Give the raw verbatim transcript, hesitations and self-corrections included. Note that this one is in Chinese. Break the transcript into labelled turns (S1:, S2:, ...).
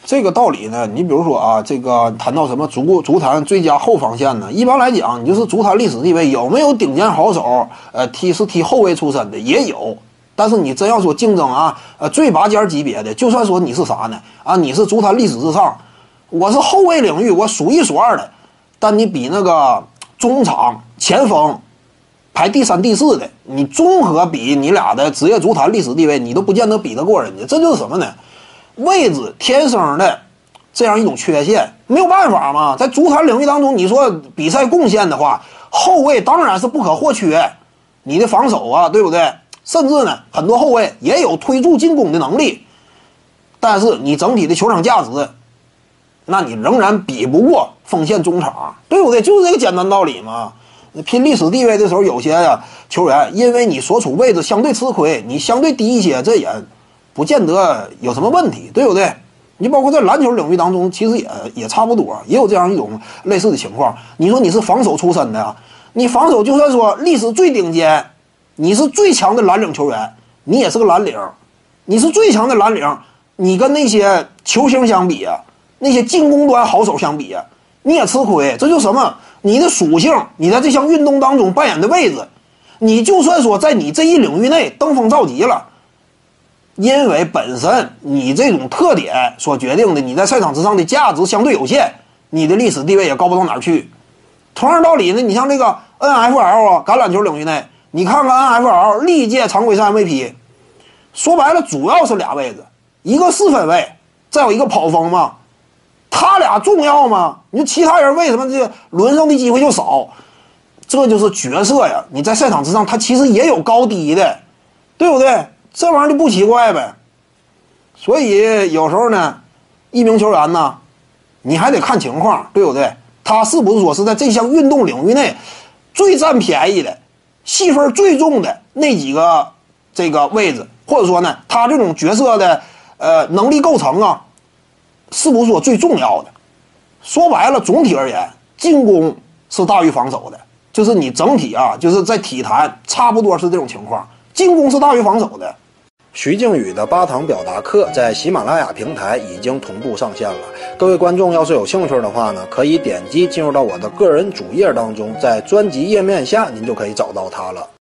S1: 这个道理呢，你比如说啊，这个谈到什么足足坛最佳后防线呢？一般来讲，你就是足坛历史地位有没有顶尖好手？呃，踢是踢后卫出身的也有，但是你真要说竞争啊，呃，最拔尖级别的，就算说你是啥呢？啊，你是足坛历史之上，我是后卫领域我数一数二的，但你比那个中场前锋排第三、第四的，你综合比你俩的职业足坛历史地位，你都不见得比得过人家。这就是什么呢？位置天生的这样一种缺陷，没有办法嘛。在足坛领域当中，你说比赛贡献的话，后卫当然是不可或缺。你的防守啊，对不对？甚至呢，很多后卫也有推助进攻的能力，但是你整体的球场价值，那你仍然比不过锋线中场，对不对？就是这个简单道理嘛。拼历史地位的时候，有些呀、啊、球员因为你所处位置相对吃亏，你相对低一些，这也不见得有什么问题，对不对？你包括在篮球领域当中，其实也也差不多，也有这样一种类似的情况。你说你是防守出身的呀，你防守就算说历史最顶尖，你是最强的蓝领球员，你也是个蓝领，你是最强的蓝领，你跟那些球星相比啊，那些进攻端好手相比啊，你也吃亏。这就什么？你的属性，你在这项运动当中扮演的位置，你就算说在你这一领域内登峰造极了。因为本身你这种特点所决定的，你在赛场之上的价值相对有限，你的历史地位也高不到哪儿去。同样道理呢，你像这个 N F L 啊，橄榄球领域内，你看看 N F L 历届常规赛 M V P， 说白了主要是俩位置，一个四分卫，再有一个跑锋嘛，他俩重要吗？你说其他人为什么这轮上的机会就少？这就是角色呀，你在赛场之上，他其实也有高低的，对不对？这玩意儿就不奇怪呗。所以有时候呢，一名球员呢，你还得看情况，对不对？他是不是说是在这项运动领域内最占便宜的、戏份最重的那几个这个位置，或者说呢，他这种角色的呃能力构成啊，是不是说最重要的？说白了，总体而言，进攻是大于防守的，就是你整体啊，就是在体坛差不多是这种情况，进攻是大于防守的。徐静宇的八堂表达课在喜马拉雅平台已经同步上线了，各位观众要是有兴趣的话呢，可以点击进入到我的个人主页当中，在专辑页面下您就可以找到它了。